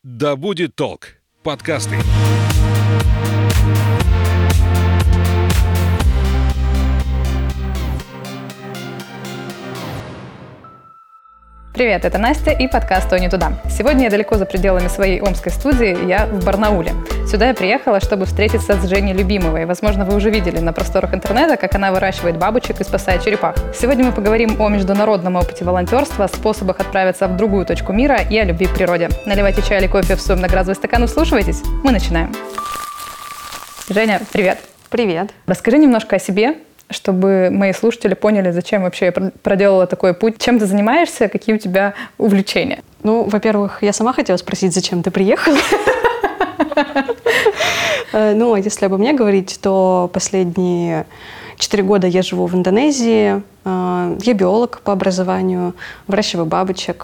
Да будет толк. Подкасты. Привет, это Настя и подкаст «То не туда». Сегодня я далеко за пределами своей омской студии, я в Барнауле. Сюда я приехала, чтобы встретиться с Женей Любимовой. Возможно, вы уже видели на просторах интернета, как она выращивает бабочек и спасает черепах. Сегодня мы поговорим о международном опыте волонтерства, способах отправиться в другую точку мира и о любви к природе. Наливайте чай или кофе в свой многоразовый стакан и вслушивайтесь. Мы начинаем. Женя, привет. Привет. Расскажи немножко о себе, чтобы мои слушатели поняли, зачем вообще я проделала такой путь. Чем ты занимаешься, какие у тебя увлечения? Ну, во-первых, я сама хотела спросить, зачем ты приехала. Ну, а если обо мне говорить, то последние 4 года я живу в Индонезии. Я биолог по образованию, выращиваю бабочек,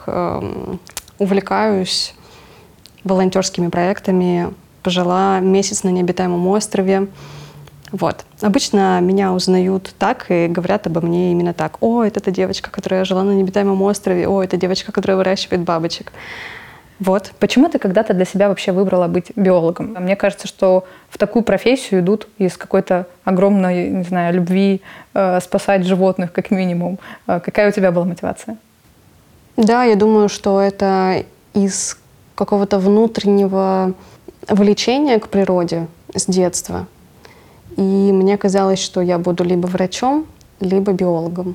увлекаюсь волонтерскими проектами. Пожила месяц на необитаемом острове. Вот. Обычно меня узнают так и говорят обо мне именно так. О, это та девочка, которая жила на необитаемом острове. О, это девочка, которая выращивает бабочек. Вот. Почему ты когда-то для себя вообще выбрала быть биологом? Мне кажется, что в такую профессию идут из какой-то огромной, не знаю, любви спасать животных, как минимум. Какая у тебя была мотивация? Да, я думаю, что это из какого-то внутреннего влечения к природе с детства. И мне казалось, что я буду либо врачом, либо биологом.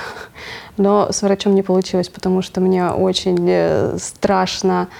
Но с врачом не получилось, потому что мне очень страшно.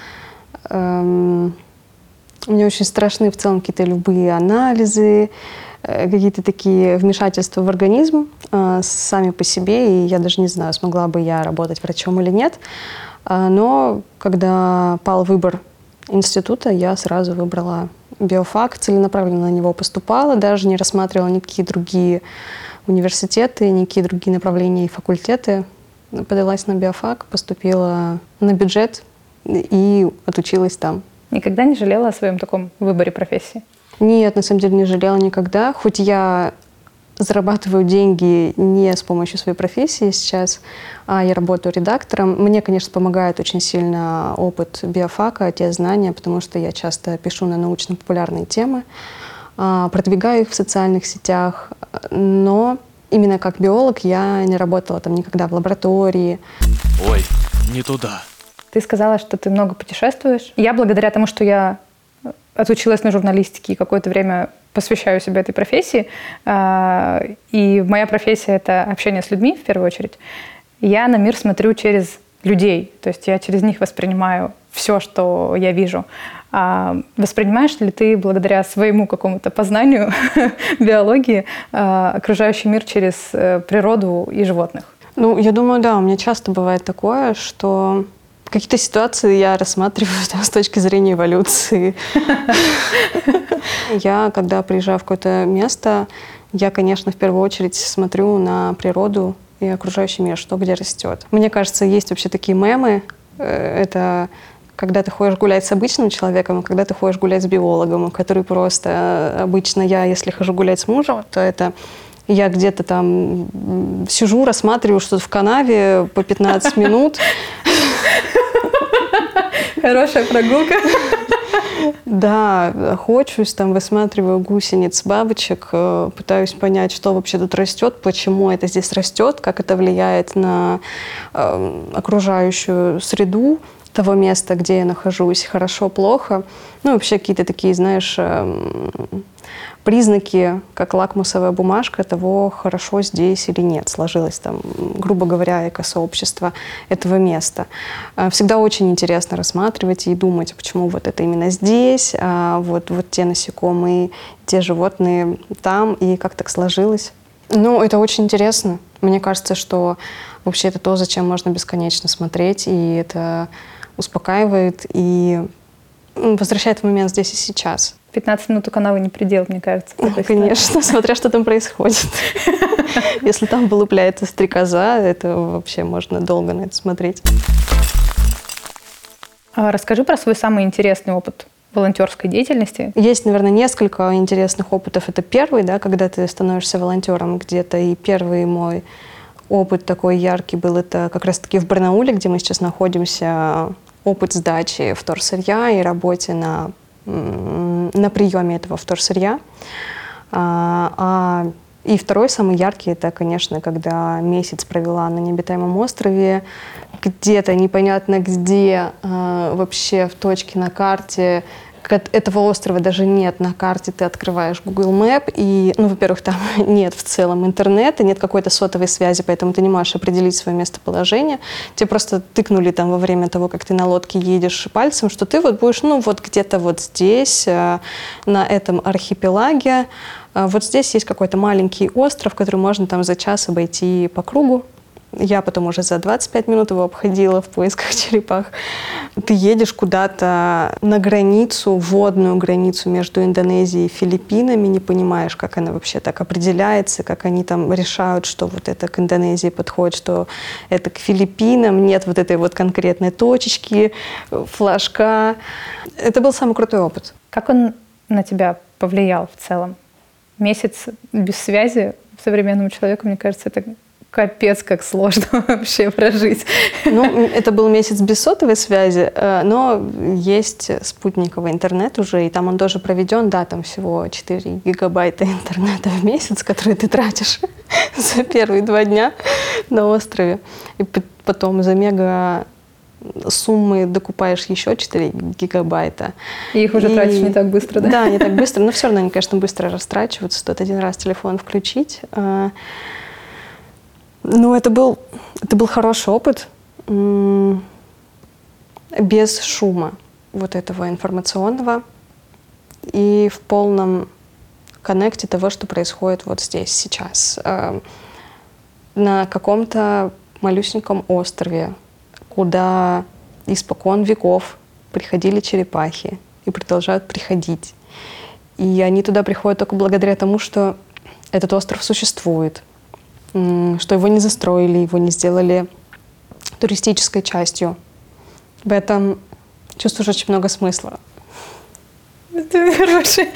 Мне очень страшны в целом какие-то любые анализы, какие-то такие вмешательства в организм сами по себе. И я даже не знаю, смогла бы я работать врачом или нет. Но когда пал выбор института, я сразу выбрала биофак, целенаправленно на него поступала, даже не рассматривала никакие другие университеты, никакие другие направления и факультеты. Подалась на биофак, поступила на бюджет и отучилась там. Никогда не жалела о своем таком выборе профессии? Нет, на самом деле не жалела никогда. Хоть я зарабатываю деньги не с помощью своей профессии сейчас, а я работаю редактором. Мне, конечно, помогает очень сильно опыт биофака, те знания, потому что я часто пишу на научно-популярные темы, продвигаю их в социальных сетях, но именно как биолог я не работала там никогда в лаборатории. Ой, не туда. Ты сказала, что ты много путешествуешь. Я благодаря тому, что я отучилась на журналистике и какое-то время посвящаю себя этой профессии, и моя профессия — это общение с людьми в первую очередь, я на мир смотрю через людей, то есть я через них воспринимаю все, что я вижу. Воспринимаешь ли ты благодаря своему какому-то познанию биологии окружающий мир через природу и животных? Ну, я думаю, да, у меня часто бывает такое, что какие-то ситуации я рассматриваю с точки зрения эволюции. Я, когда приезжаю в какое-то место, я, конечно, в первую очередь смотрю на природу и окружающий мир, что где растет. Мне кажется, есть вообще такие мемы. Это когда ты ходишь гулять с обычным человеком, а когда ты ходишь гулять с биологом, который просто обычно я, если хожу гулять с мужем, то это я где-то там сижу, рассматриваю что-то в канаве по 15 минут. Хорошая прогулка. Да, охочусь, там высматриваю гусениц, бабочек, пытаюсь понять, что вообще тут растет, почему это здесь растет, как это влияет на окружающую среду того места, где я нахожусь, хорошо, плохо. Ну, вообще какие-то такие, знаешь, признаки, как лакмусовая бумажка того, хорошо здесь или нет, сложилось там, грубо говоря, экосообщество этого места. Всегда очень интересно рассматривать и думать, почему вот это именно здесь, вот те насекомые, те животные там, и как так сложилось. Ну, это очень интересно. Мне кажется, что вообще это то, зачем можно бесконечно смотреть, и это успокаивает и возвращает в момент здесь и сейчас. 15 минут у канавы не предел, мне кажется. Конечно, смотря что там происходит. Если там вылупляется стрекоза, это вообще можно долго на это смотреть. Расскажи про свой самый интересный опыт волонтерской деятельности. Есть, наверное, несколько интересных опытов. Это первый, да, когда ты становишься волонтером где-то. И первый мой опыт такой яркий был, это как раз-таки в Барнауле, где мы сейчас находимся. опыт сдачи вторсырья и работе на приеме этого вторсырья. И второй, самый яркий, это, конечно, когда месяц провела на необитаемом острове, где-то непонятно где, вообще в точке на карте. Этого острова даже нет на карте, ты открываешь Google Map, и, ну, во-первых, там нет в целом интернета, нет какой-то сотовой связи, поэтому ты не можешь определить свое местоположение. Тебе просто тыкнули там во время того, как ты на лодке едешь пальцем, что ты вот будешь, ну, вот где-то вот здесь, на этом архипелаге. Вот здесь есть какой-то маленький остров, который можно там за час обойти по кругу. Я потом уже за 25 минут его обходила в поисках черепах. Ты едешь куда-то на границу, водную границу между Индонезией и Филиппинами, не понимаешь, как она вообще так определяется, как они там решают, что вот это к Индонезии подходит, что это к Филиппинам, нет вот этой вот конкретной точечки, флажка. Это был самый крутой опыт. Как он на тебя повлиял в целом? Месяц без связи современному человеку, мне кажется, это капец, как сложно вообще прожить. Ну, это был месяц без сотовой связи, но есть спутниковый интернет уже, и там он тоже проведен, да, там всего 4 гигабайта интернета в месяц, которые ты тратишь за первые 2 дня на острове, и потом за мега суммы докупаешь еще 4 гигабайта. И их уже тратишь не так быстро, да? Да, не так быстро, но все равно они, конечно, быстро растрачиваются, стоит один раз телефон включить. Ну, это был хороший опыт, без шума вот этого информационного и в полном коннекте того, что происходит вот здесь, сейчас. На каком-то малюсеньком острове, куда испокон веков приходили черепахи и продолжают приходить. И они туда приходят только благодаря тому, что этот остров существует, что его не застроили, его не сделали туристической частью. В этом чувствуешь очень много смысла. Ты хороший.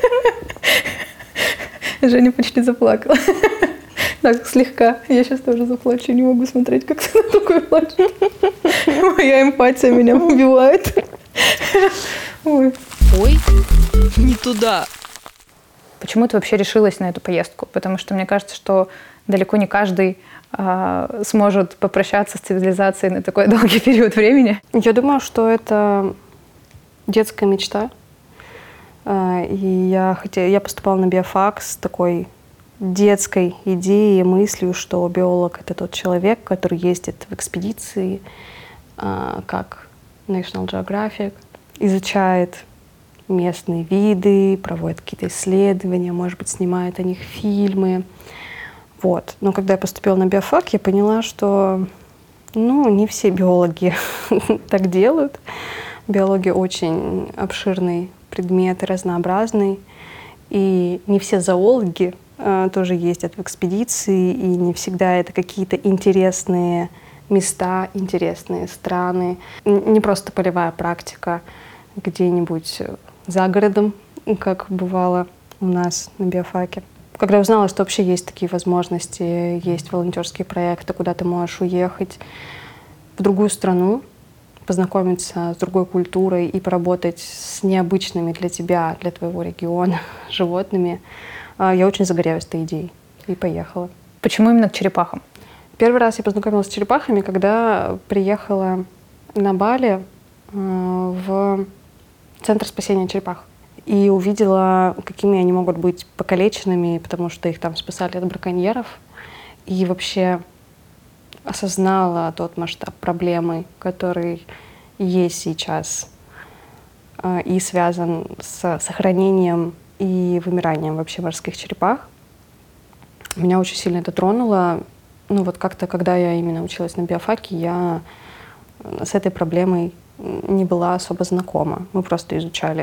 Женя почти заплакала. Так, слегка. Я сейчас тоже заплачу. Не могу смотреть, как ты на такой плачешь. Моя эмпатия меня убивает. Ой. Ой, не туда. Почему ты вообще решилась на эту поездку? Потому что мне кажется, что далеко не каждый сможет попрощаться с цивилизацией на такой долгий период времени. Я думаю, что это детская мечта. И я поступала на биофак с такой детской идеей, мыслью, что биолог — это тот человек, который ездит в экспедиции, как National Geographic, изучает местные виды, проводит какие-то исследования, может быть, снимает о них фильмы. Вот. Но когда я поступила на биофак, я поняла, что не все биологи так делают. Биология очень обширный предмет, разнообразный. И не все зоологи тоже ездят в экспедиции, и не всегда это какие-то интересные места, интересные страны. Не просто полевая практика где-нибудь за городом, как бывало у нас на биофаке. Когда я узнала, что вообще есть такие возможности, есть волонтерские проекты, куда ты можешь уехать в другую страну, познакомиться с другой культурой и поработать с необычными для тебя, для твоего региона животными, я очень загорелась этой идеей и поехала. Почему именно к черепахам? Первый раз я познакомилась с черепахами, когда приехала на Бали в Центр спасения черепах. И увидела, какими они могут быть покалеченными, потому что их там спасали от браконьеров. И вообще осознала тот масштаб проблемы, который есть сейчас и связан с сохранением и вымиранием вообще морских черепах. Меня очень сильно это тронуло. Как-то, когда я именно училась на биофаке, я с этой проблемой не была особо знакома. Мы просто изучали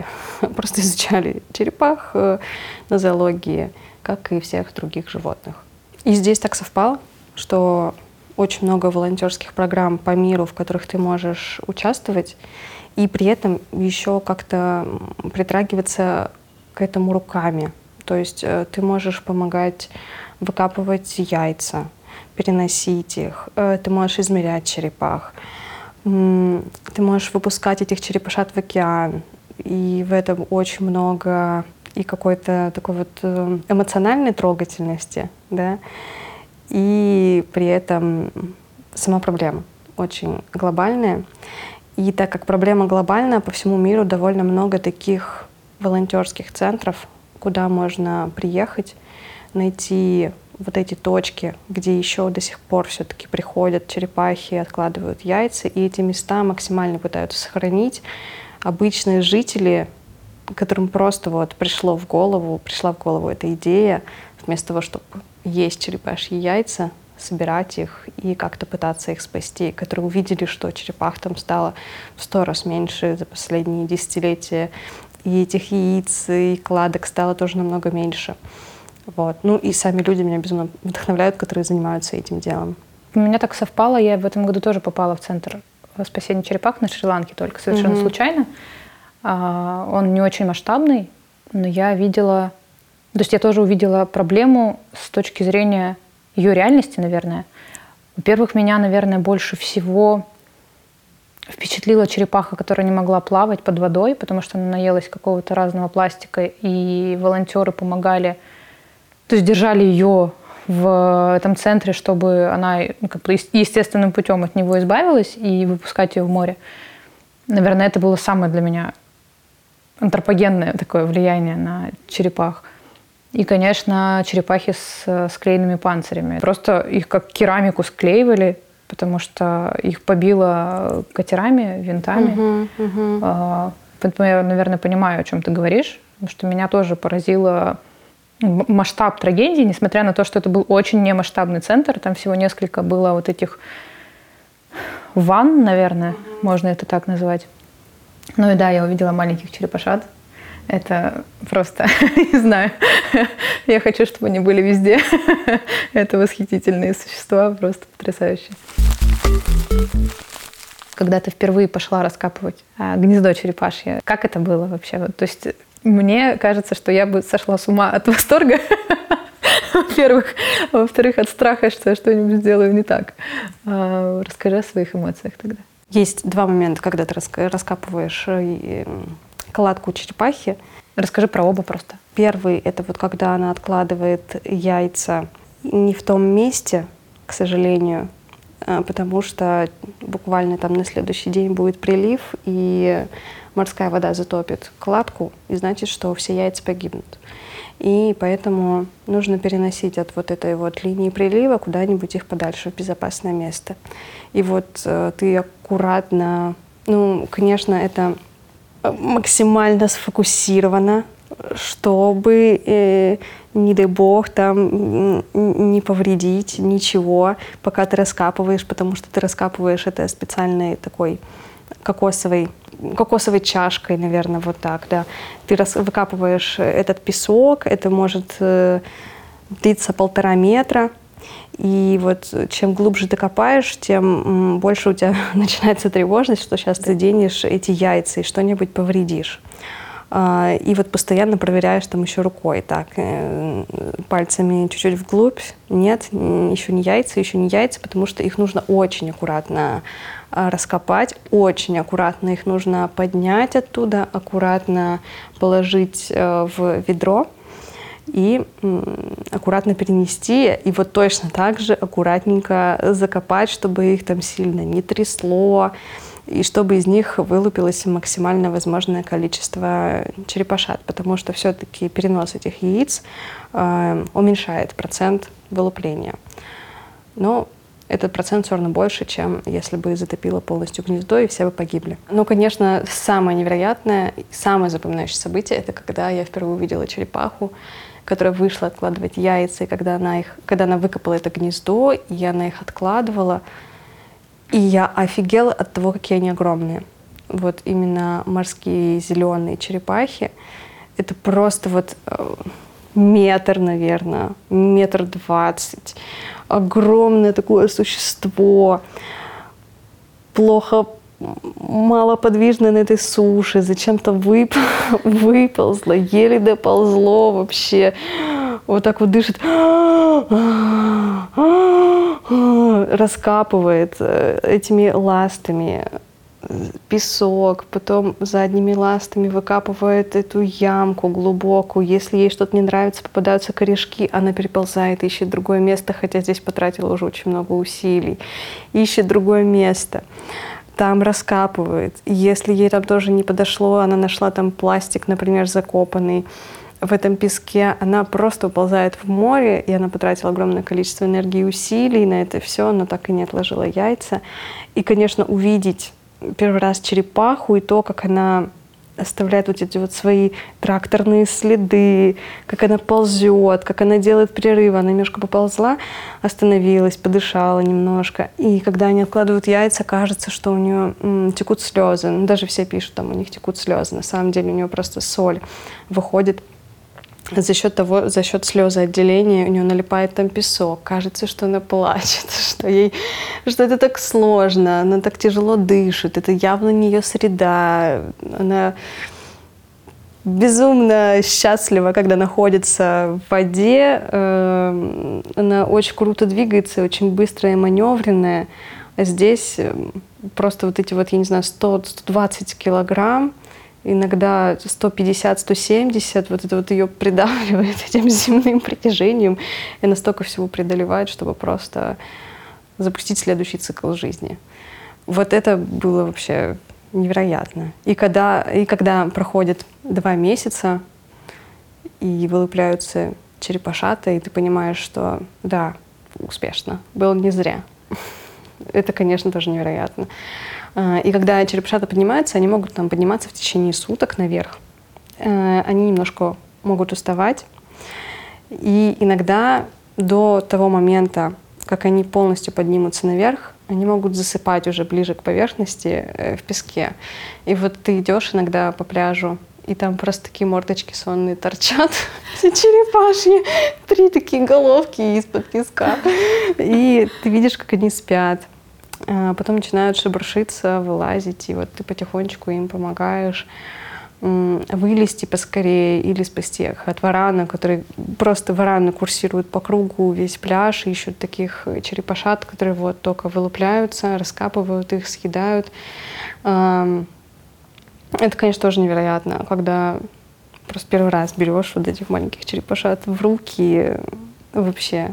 черепах на зоологии, как и всех других животных. И здесь так совпало, что очень много волонтерских программ по миру, в которых ты можешь участвовать, и при этом еще как-то притрагиваться к этому руками. То есть ты можешь помогать выкапывать яйца, переносить их, ты можешь измерять черепах, ты можешь выпускать этих черепашат в океан, и в этом очень много и какой-то такой вот эмоциональной трогательности, да, и при этом сама проблема очень глобальная. И так как проблема глобальная, по всему миру довольно много таких волонтерских центров, куда можно приехать, найти вот эти точки, где еще до сих пор все-таки приходят черепахи, откладывают яйца, и эти места максимально пытаются сохранить. Обычные жители, которым просто вот пришла в голову эта идея, вместо того, чтобы есть черепашьи яйца, собирать их и как-то пытаться их спасти, которые увидели, что черепах там стало в 100 раз меньше за последние десятилетия, и этих яиц и кладок стало тоже намного меньше. Вот. Ну и сами люди меня безумно вдохновляют, которые занимаются этим делом. У меня так совпало, я в этом году тоже попала в центр спасения черепах на Шри-Ланке, только совершенно случайно. Он не очень масштабный, но я видела... То есть я тоже увидела проблему с точки зрения ее реальности, наверное. Во-первых, меня, наверное, больше всего впечатлила черепаха, которая не могла плавать под водой, потому что она наелась какого-то разного пластика, и волонтеры помогали, то есть держали ее в этом центре, чтобы она как бы естественным путем от него избавилась и выпускать ее в море. Наверное, это было самое для меня антропогенное такое влияние на черепах. И, конечно, черепахи с склеенными панцирями. Просто их как керамику склеивали, потому что их побило катерами, винтами. Поэтому я, наверное, понимаю, о чем ты говоришь, потому что меня тоже поразило масштаб трагедии, несмотря на то, что это был очень немасштабный центр. Там всего несколько было вот этих ванн, наверное, можно это так назвать. Ну и да, я увидела маленьких черепашат. Это просто, не знаю, я хочу, чтобы они были везде. Это восхитительные существа, просто потрясающие. Когда ты впервые пошла раскапывать гнездо черепашье, как это было вообще? То есть мне кажется, что я бы сошла с ума от восторга, во-первых. А во-вторых, от страха, что я что-нибудь сделаю не так. Расскажи о своих эмоциях тогда. Есть два момента, когда ты раскапываешь кладку черепахи. Расскажи про оба просто. Первый — это вот когда она откладывает яйца не в том месте, к сожалению, потому что буквально там на следующий день будет прилив, и морская вода затопит кладку, и значит, что все яйца погибнут. И поэтому нужно переносить от вот этой вот линии прилива куда-нибудь их подальше, в безопасное место. И вот ты аккуратно, ну, конечно, это максимально сфокусировано, чтобы, не дай бог, там не повредить ничего, пока ты раскапываешь, потому что ты раскапываешь это специальной такой кокосовой чашкой, наверное, вот так, да. Ты выкапываешь этот песок, это может длиться 1,5 метра, и вот чем глубже ты копаешь, тем больше у тебя начинается тревожность, что сейчас ты заденешь эти яйца и что-нибудь повредишь. И вот постоянно проверяешь там еще рукой, так, пальцами чуть-чуть вглубь. Нет, еще не яйца, потому что их нужно очень аккуратно раскопать, очень аккуратно их нужно поднять оттуда, аккуратно положить в ведро и аккуратно перенести, и вот точно так же аккуратненько закопать, чтобы их там сильно не трясло, и чтобы из них вылупилось максимально возможное количество черепашат, потому что все-таки перенос этих яиц уменьшает процент вылупления. Но этот процент все равно больше, чем если бы затопило полностью гнездо, и все бы погибли. Ну, конечно, самое невероятное, самое запоминающее событие — это когда я впервые увидела черепаху, которая вышла откладывать яйца, и когда она выкопала это гнездо, и она их откладывала, и я офигела от того, какие они огромные. Вот именно морские зеленые черепахи. Это просто вот метр, наверное, 1,20 метра. Огромное такое существо. Малоподвижное на этой суше. Зачем-то выползло, еле доползло вообще. Вот так вот дышит. раскапывает этими ластами песок, потом задними ластами выкапывает эту ямку глубокую. Если ей что-то не нравится, попадаются корешки, она переползает, ищет другое место, хотя здесь потратила уже очень много усилий. Ищет другое место, там раскапывает. Если ей там тоже не подошло, она нашла там пластик, например, закопанный в этом песке, она просто уползает в море, и она потратила огромное количество энергии и усилий на это все, но так и не отложила яйца. И, конечно, увидеть первый раз черепаху и то, как она оставляет вот эти вот свои тракторные следы, как она ползет, как она делает перерывы. Она немножко поползла, остановилась, подышала немножко. И когда они откладывают яйца, кажется, что у нее текут слезы. Ну, даже все пишут, там у них текут слезы. На самом деле у нее просто соль выходит. За счет слезоотделения у нее налипает там песок. Кажется, что она плачет, что это так сложно, она так тяжело дышит. Это явно не ее среда. Она безумно счастлива, когда находится в воде. Она очень круто двигается, очень быстрая и маневренная. А здесь просто вот эти вот, я не знаю, 100-120 килограмм, иногда 150-170, вот это вот ее придавливает этим земным притяжением и настолько всего преодолевает, чтобы просто запустить следующий цикл жизни. Вот это было вообще невероятно. И когда проходит 2 месяца и вылупляются черепашата, и ты понимаешь, что да, успешно, было не зря. Это, конечно, тоже невероятно. И когда черепашата поднимаются, они могут там подниматься в течение суток наверх. Они немножко могут уставать. И иногда до того момента, как они полностью поднимутся наверх, они могут засыпать уже ближе к поверхности в песке. И вот ты идешь иногда по пляжу, и там просто такие мордочки сонные торчат, все черепашьи, 3 такие головки из-под песка. И ты видишь, как они спят. Потом начинают шебуршиться, вылазить, и вот ты потихонечку им помогаешь вылезти поскорее или спасти их от варана, которые просто вараны курсируют по кругу весь пляж, ищут таких черепашат, которые вот только вылупляются, раскапывают их, съедают. Это, конечно, тоже невероятно, когда просто первый раз берешь вот этих маленьких черепашат в руки, вообще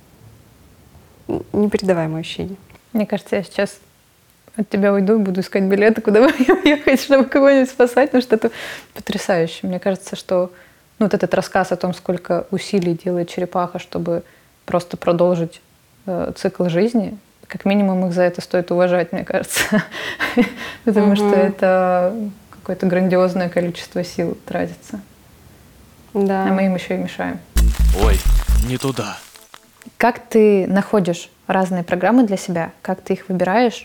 непередаваемое ощущение. Мне кажется, я сейчас от тебя уйду и буду искать билеты, куда бы ехать, чтобы кого-нибудь спасать, потому что это потрясающе. Мне кажется, что вот этот рассказ о том, сколько усилий делает черепаха, чтобы просто продолжить цикл жизни, как минимум их за это стоит уважать, мне кажется. Потому что это какое-то грандиозное количество сил тратится. Да. А мы им еще и мешаем. Ой, не туда. Как ты находишь разные программы для себя? Как ты их выбираешь?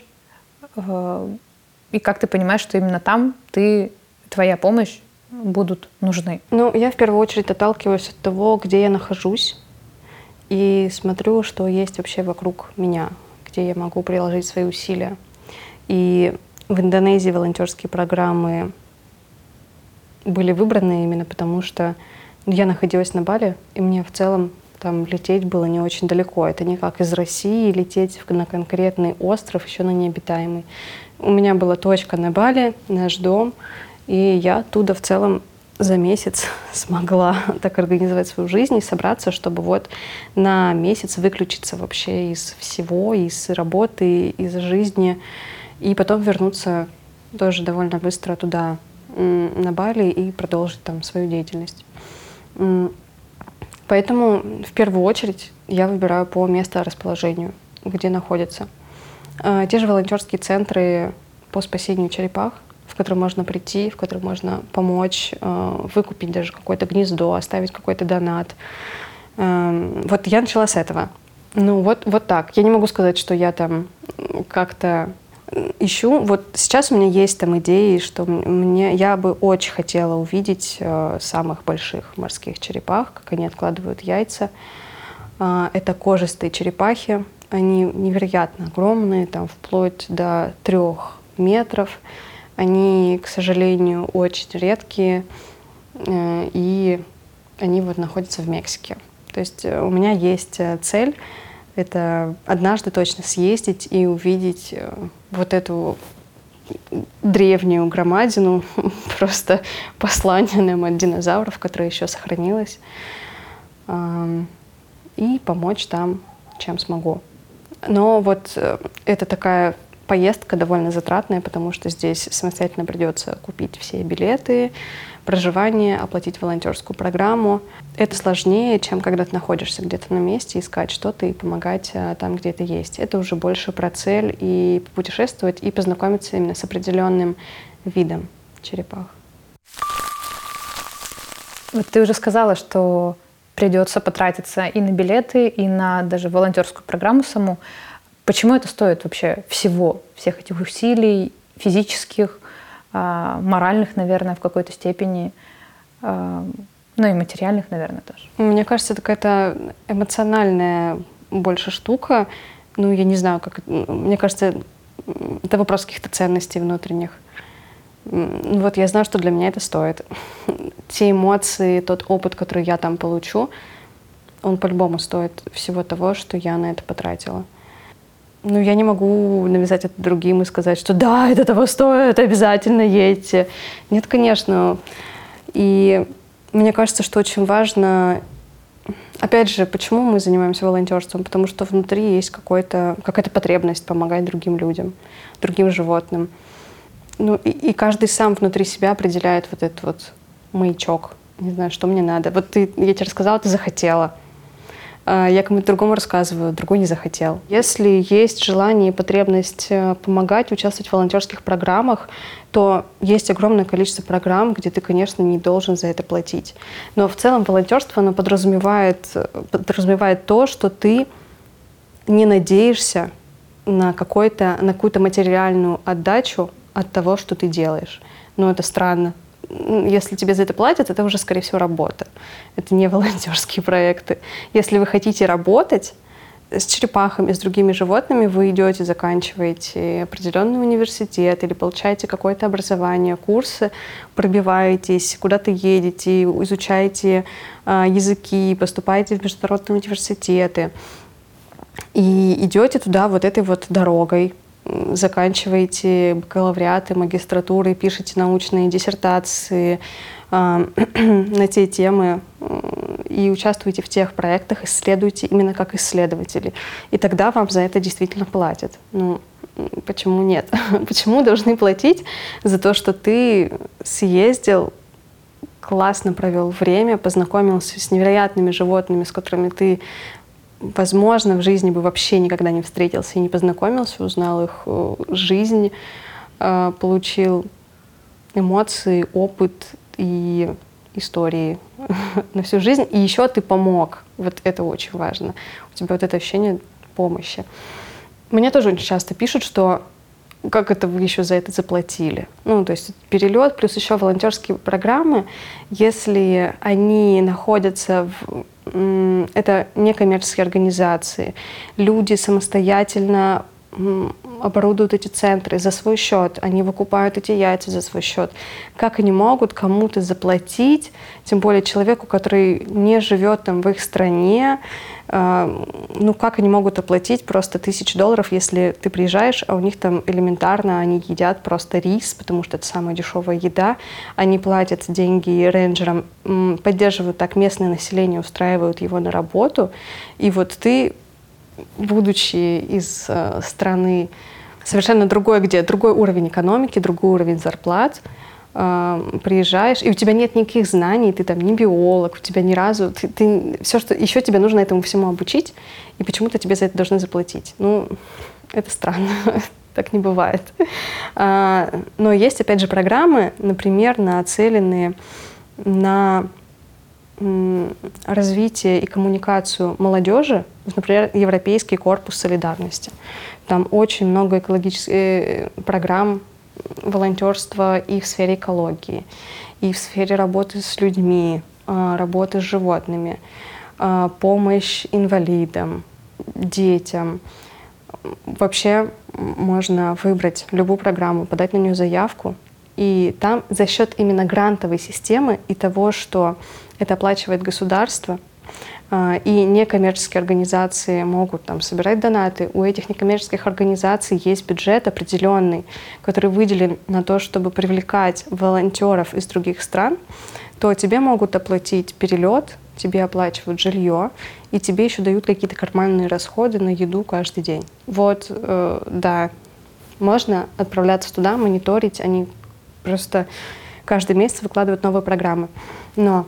И как ты понимаешь, что именно там твоя помощь будут нужны? Ну, я в первую очередь отталкиваюсь от того, где я нахожусь, и смотрю, что есть вообще вокруг меня, где я могу приложить свои усилия. И в Индонезии волонтерские программы были выбраны именно потому, что я находилась на Бали, и мне в целом там лететь было не очень далеко. Это не как из России лететь на конкретный остров, еще на необитаемый. У меня была точка на Бали, наш дом, и я оттуда в целом за месяц смогла так организовать свою жизнь и собраться, чтобы вот на месяц выключиться вообще из всего, из работы, из жизни, и потом вернуться тоже довольно быстро туда, на Бали, и продолжить там свою деятельность. Поэтому в первую очередь я выбираю по месторасположению, где находится. Те же волонтерские центры по спасению черепах, в которые можно прийти, в которые можно помочь, выкупить даже какое-то гнездо, оставить какой-то донат. Вот я начала с этого. Ну вот так. Я не могу сказать, что я там как-то ищу. Вот сейчас у меня есть там идеи, что я бы очень хотела увидеть самых больших морских черепах, как они откладывают яйца. Это кожистые черепахи. Они невероятно огромные, там вплоть до 3 метров. Они, к сожалению, очень редкие, и они вот находятся в Мексике. То есть у меня есть цель Это однажды точно съездить и увидеть вот эту древнюю громадину, просто послание нам от динозавров, которое еще сохранилось, и помочь там, чем смогу. Но вот это такая поездка довольно затратная, потому что здесь самостоятельно придется купить все билеты, проживание, оплатить волонтерскую программу. Это сложнее, чем когда ты находишься где-то на месте, искать что-то и помогать там, где это есть. Это уже больше про цель и путешествовать, и познакомиться именно с определенным видом черепах. Вот ты уже сказала, что придется потратиться и на билеты, и на даже волонтерскую программу саму. Почему это стоит вообще всех этих усилий, физических, моральных, наверное, в какой-то степени, ну и материальных, наверное, тоже? Мне кажется, это какая-то эмоциональная больше штука. Ну, я не знаю, мне кажется, это вопрос каких-то ценностей внутренних. Вот я знаю, что для меня это стоит. Те эмоции, тот опыт, который я там получу, он по-любому стоит всего того, что я на это потратила. Ну, я не могу навязать это другим и сказать, что да, это того стоит, обязательно едьте. Нет, конечно. И мне кажется, что очень важно... Опять же, почему мы занимаемся волонтерством? Потому что внутри есть какая-то потребность помогать другим людям, другим животным. Ну, и каждый сам внутри себя определяет вот этот вот маячок. Не знаю, что мне надо. Вот я тебе рассказала, ты захотела. Я кому-то другому рассказываю, другой не захотел. Если есть желание и потребность помогать, участвовать в волонтерских программах, то есть огромное количество программ, где ты, конечно, не должен за это платить. Но в целом волонтерство, оно подразумевает то, что ты не надеешься на какую-то материальную отдачу от того, что ты делаешь. Но это странно. Если тебе за это платят, это уже, скорее всего, работа. Это не волонтерские проекты. Если вы хотите работать с черепахами, с другими животными, вы идете, заканчиваете определенный университет или получаете какое-то образование, курсы, пробиваетесь, куда-то едете, изучаете языки, поступаете в международные университеты и идете туда вот этой вот дорогой, заканчиваете бакалавриаты, магистратуры, пишете научные диссертации на те темы и участвуете в тех проектах, исследуете именно как исследователи. И тогда вам за это действительно платят. Ну, почему нет? Почему должны платить за то, что ты съездил, классно провел время, познакомился с невероятными животными, с которыми ты, возможно, в жизни бы вообще никогда не встретился и не познакомился, узнал их жизнь, получил эмоции, опыт и истории на всю жизнь. И еще ты помог. Вот это очень важно. У тебя вот это ощущение помощи. Мне тоже очень часто пишут, что как это вы еще за это заплатили? Ну, то есть перелет плюс еще волонтерские программы, если они находятся это некоммерческие организации. Люди самостоятельно оборудуют эти центры за свой счет, они выкупают эти яйца за свой счет. Как они могут кому-то заплатить, тем более человеку, который не живет там в их стране, ну как они могут оплатить просто $1000, если ты приезжаешь, а у них там элементарно они едят просто рис, потому что это самая дешевая еда, они платят деньги рейнджерам, поддерживают так местное население, устраивают его на работу, и вот ты, будучи из страны совершенно другой, где другой уровень экономики, другой уровень зарплат, приезжаешь, и у тебя нет никаких знаний, ты там не биолог, у тебя ни разу, все, что еще тебе нужно этому всему обучить, и почему-то тебе за это должны заплатить. Ну, это странно, так не бывает. Но есть, опять же, программы, например, нацеленные на развитие и коммуникацию молодежи, например, Европейский корпус солидарности. Там очень много экологических программ волонтерства и в сфере экологии, и в сфере работы с людьми, работы с животными, помощь инвалидам, детям. Вообще можно выбрать любую программу, подать на нее заявку, и там за счет именно грантовой системы и того, что это оплачивает государство, И некоммерческие организации могут там собирать донаты. У этих некоммерческих организаций есть бюджет определенный, который выделен на то, чтобы привлекать волонтеров из других стран. То тебе могут оплатить перелет, тебе оплачивают жилье, и тебе еще дают какие-то карманные расходы на еду каждый день. Вот, да, можно отправляться туда, мониторить. Они просто каждый месяц выкладывают новые программы. Но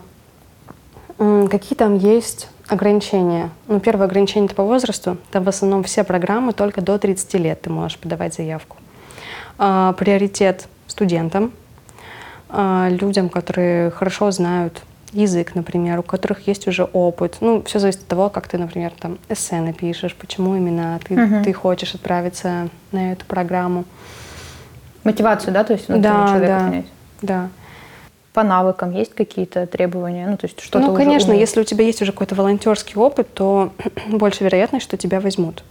какие там есть ограничения? Ну, первое ограничение — это по возрасту. Там в основном все программы только до 30 лет ты можешь подавать заявку. Приоритет студентам, людям, которые хорошо знают язык, например, у которых есть уже опыт. Ну, все зависит от того, как ты, например, там эссе напишешь, почему именно ты хочешь отправиться на эту программу. Мотивацию, да, то есть внутреннего человека понять? Да. По навыкам есть какие-то требования? Ну, то есть что-то Ну, уже конечно, умеешь? если у тебя есть уже какой-то волонтерский опыт, то больше вероятность, что тебя возьмут.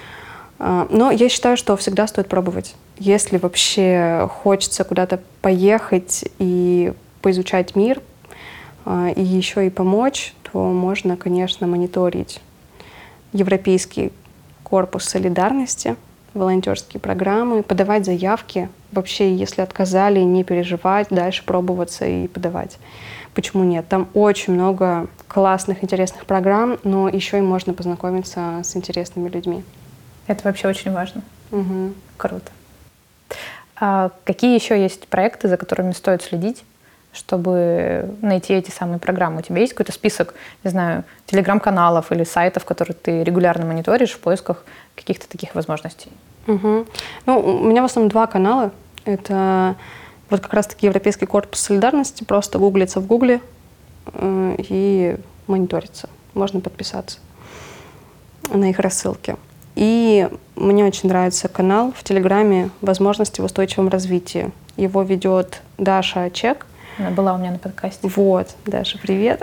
Но я считаю, что всегда стоит пробовать. Если вообще хочется куда-то поехать и поизучать мир, и еще и помочь, то можно, конечно, мониторить Европейский корпус солидарности, волонтерские программы, подавать заявки. Вообще, если отказали, не переживать, дальше пробоваться и подавать. Почему нет? Там очень много классных, интересных программ, но еще и можно познакомиться с интересными людьми. Это вообще очень важно. Угу. Круто. А какие еще есть проекты, за которыми стоит следить, чтобы найти эти самые программы? У тебя есть какой-то список, не знаю, телеграм-каналов или сайтов, которые ты регулярно мониторишь в поисках каких-то таких возможностей? Угу. Ну, у меня в основном 2 канала. Это вот как раз-таки Европейский корпус солидарности. Просто гуглится в Гугле и мониторится. Можно подписаться на их рассылки. И мне очень нравится канал в Телеграме «Возможности в устойчивом развитии». Его ведет Даша Чек. Она была у меня на подкасте. Вот, Даша, привет.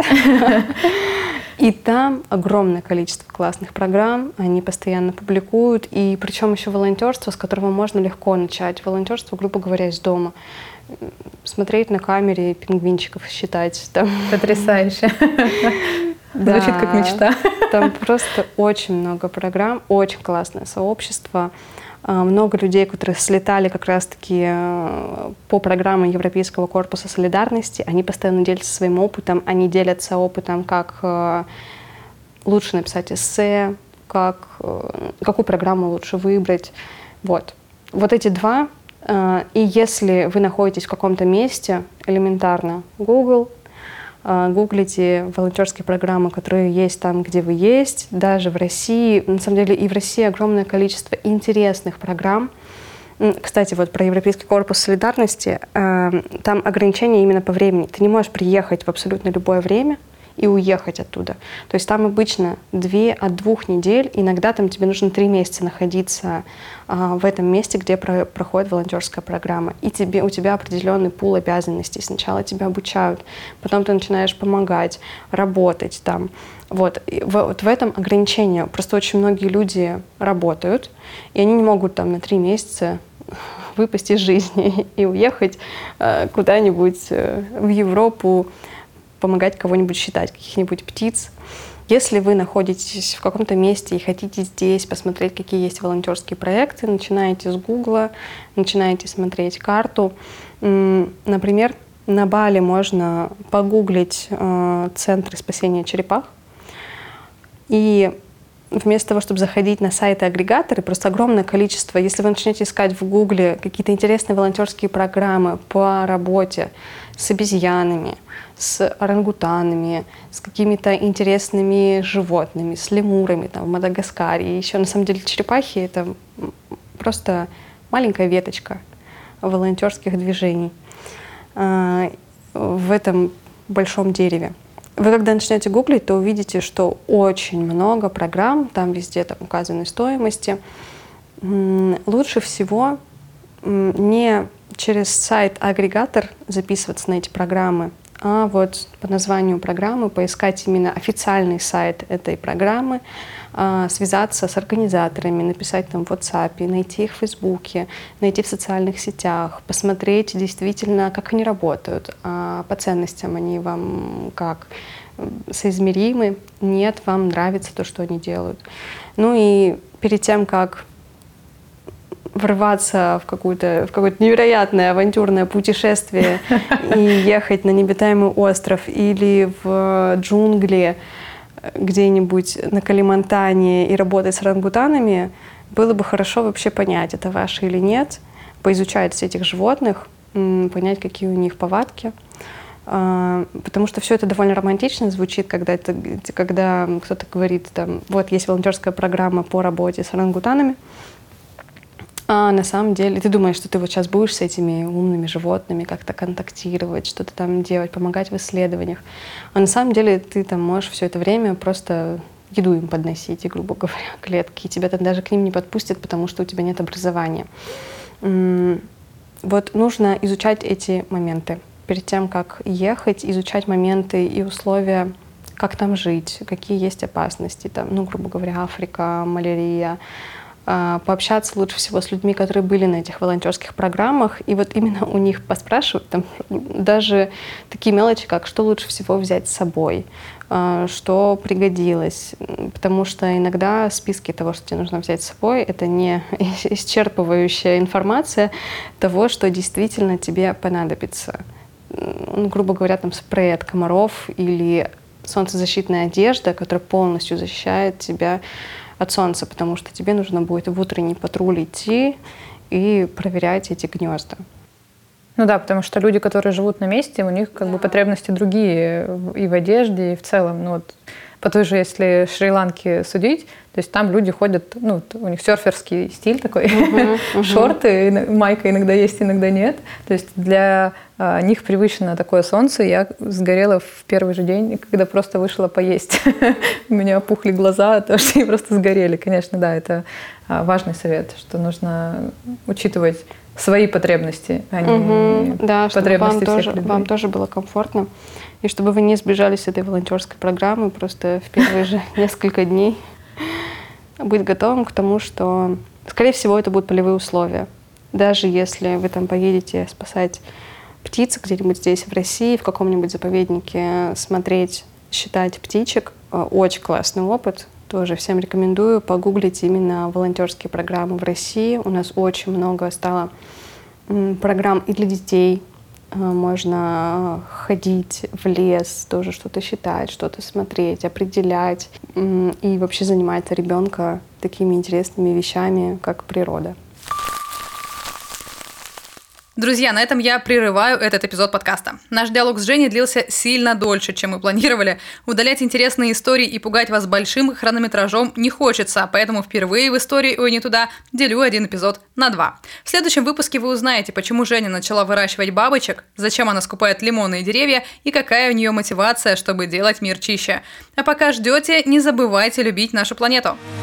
И там огромное количество классных программ, они постоянно публикуют, и причем еще волонтерство, с которого можно легко начать. Волонтерство, грубо говоря, из дома. Смотреть на камере пингвинчиков, считать. Там. Потрясающе. Звучит как мечта. Там просто очень много программ, очень классное сообщество. Много людей, которые слетали как раз-таки по программе Европейского корпуса солидарности. Они постоянно делятся своим опытом. Они делятся опытом, как лучше написать эссе, какую программу лучше выбрать. Вот эти 2. И если вы находитесь в каком-то месте, элементарно Google, гуглите волонтерские программы, которые есть там, где вы есть, даже в России. На самом деле и в России огромное количество интересных программ. Кстати, вот про Европейский корпус солидарности, там ограничения именно по времени. Ты не можешь приехать в абсолютно любое время и уехать оттуда. То есть там обычно от 2 недель, иногда там тебе нужно 3 месяца находиться в этом месте, где проходит волонтерская программа. И у тебя определенный пул обязанностей. Сначала тебя обучают, потом ты начинаешь помогать, работать там. Вот в этом ограничение. Просто очень многие люди работают, и они не могут там на 3 месяца выпасть из жизни и уехать куда-нибудь в Европу, помогать кого-нибудь считать, каких-нибудь птиц. Если вы находитесь в каком-то месте и хотите здесь посмотреть, какие есть волонтерские проекты, начинаете с Гугла, начинаете смотреть карту. Например, на Бали можно погуглить центры спасения черепах. И вместо того, чтобы заходить на сайты-агрегаторы, просто огромное количество, если вы начнете искать в Гугле какие-то интересные волонтерские программы по работе с обезьянами, с орангутанами, с какими-то интересными животными, с лемурами там, в Мадагаскаре. И еще, на самом деле, черепахи — это просто маленькая веточка волонтерских движений в этом большом дереве. Вы когда начнете гуглить, то увидите, что очень много программ, там везде там указаны стоимости. Лучше всего не через сайт-агрегатор записываться на эти программы, а вот по названию программы поискать именно официальный сайт этой программы, связаться с организаторами, написать там в WhatsApp, найти их в Фейсбуке, найти в социальных сетях, посмотреть действительно, как они работают, по ценностям они вам как соизмеримы, нет, вам нравится то, что они делают. Ну и перед тем, как врываться в какое-то невероятное авантюрное путешествие и ехать на необитаемый остров или в джунгли где-нибудь на Калимантане и работать с орангутанами, было бы хорошо вообще понять, это ваше или нет, поизучать этих животных, понять, какие у них повадки. Потому что все это довольно романтично звучит, когда кто-то говорит, там, вот есть волонтерская программа по работе с орангутанами, а на самом деле ты думаешь, что ты вот сейчас будешь с этими умными животными как-то контактировать, что-то там делать, помогать в исследованиях. А на самом деле ты там можешь все это время просто еду им подносить, и, грубо говоря, клетки. И тебя там даже к ним не подпустят, потому что у тебя нет образования. Вот нужно изучать эти моменты. Перед тем, как ехать, изучать моменты и условия, как там жить, какие есть опасности. Там, ну, грубо говоря, Африка, малярия. Пообщаться лучше всего с людьми, которые были на этих волонтерских программах, и вот именно у них поспрашивать там, даже такие мелочи, как что лучше всего взять с собой, что пригодилось, потому что иногда списки того, что тебе нужно взять с собой, это не исчерпывающая информация того, что действительно тебе понадобится. Ну, грубо говоря, там спрей от комаров или солнцезащитная одежда, которая полностью защищает тебя от солнца, потому что тебе нужно будет в утренний патруль идти и проверять эти гнезда. Ну да, потому что люди, которые живут на месте, у них как бы потребности другие и в одежде, и в целом. Ну, вот, по той же, если Шри-Ланке судить, то есть там люди ходят, ну, у них серферский стиль такой, шорты, майка иногда есть, иногда нет. То есть для них привычно такое солнце. Я сгорела в первый же день, когда просто вышла поесть. У меня опухли глаза, потому что они просто сгорели. Конечно, да, это важный совет, что нужно учитывать свои потребности, а не потребности всех людей. Вам тоже было комфортно. И чтобы вы не сбежали с этой волонтерской программы просто в первые же несколько дней, быть готовым к тому, что, скорее всего, это будут полевые условия. Даже если вы там поедете спасать птиц где-нибудь здесь, в России, в каком-нибудь заповеднике, смотреть, считать птичек, очень классный опыт. Тоже всем рекомендую погуглить именно волонтерские программы в России. У нас очень много стало программ и для детей. Можно ходить в лес, тоже что-то считать, что-то смотреть, определять и вообще занимать ребенка такими интересными вещами, как природа. Друзья, на этом я прерываю этот эпизод подкаста. Наш диалог с Женей длился сильно дольше, чем мы планировали. Удалять интересные истории и пугать вас большим хронометражом не хочется, поэтому впервые в истории «Ой, не туда» делю один эпизод на 2. В следующем выпуске вы узнаете, почему Женя начала выращивать бабочек, зачем она скупает лимонные деревья и какая у нее мотивация, чтобы делать мир чище. А пока ждете, не забывайте любить нашу планету.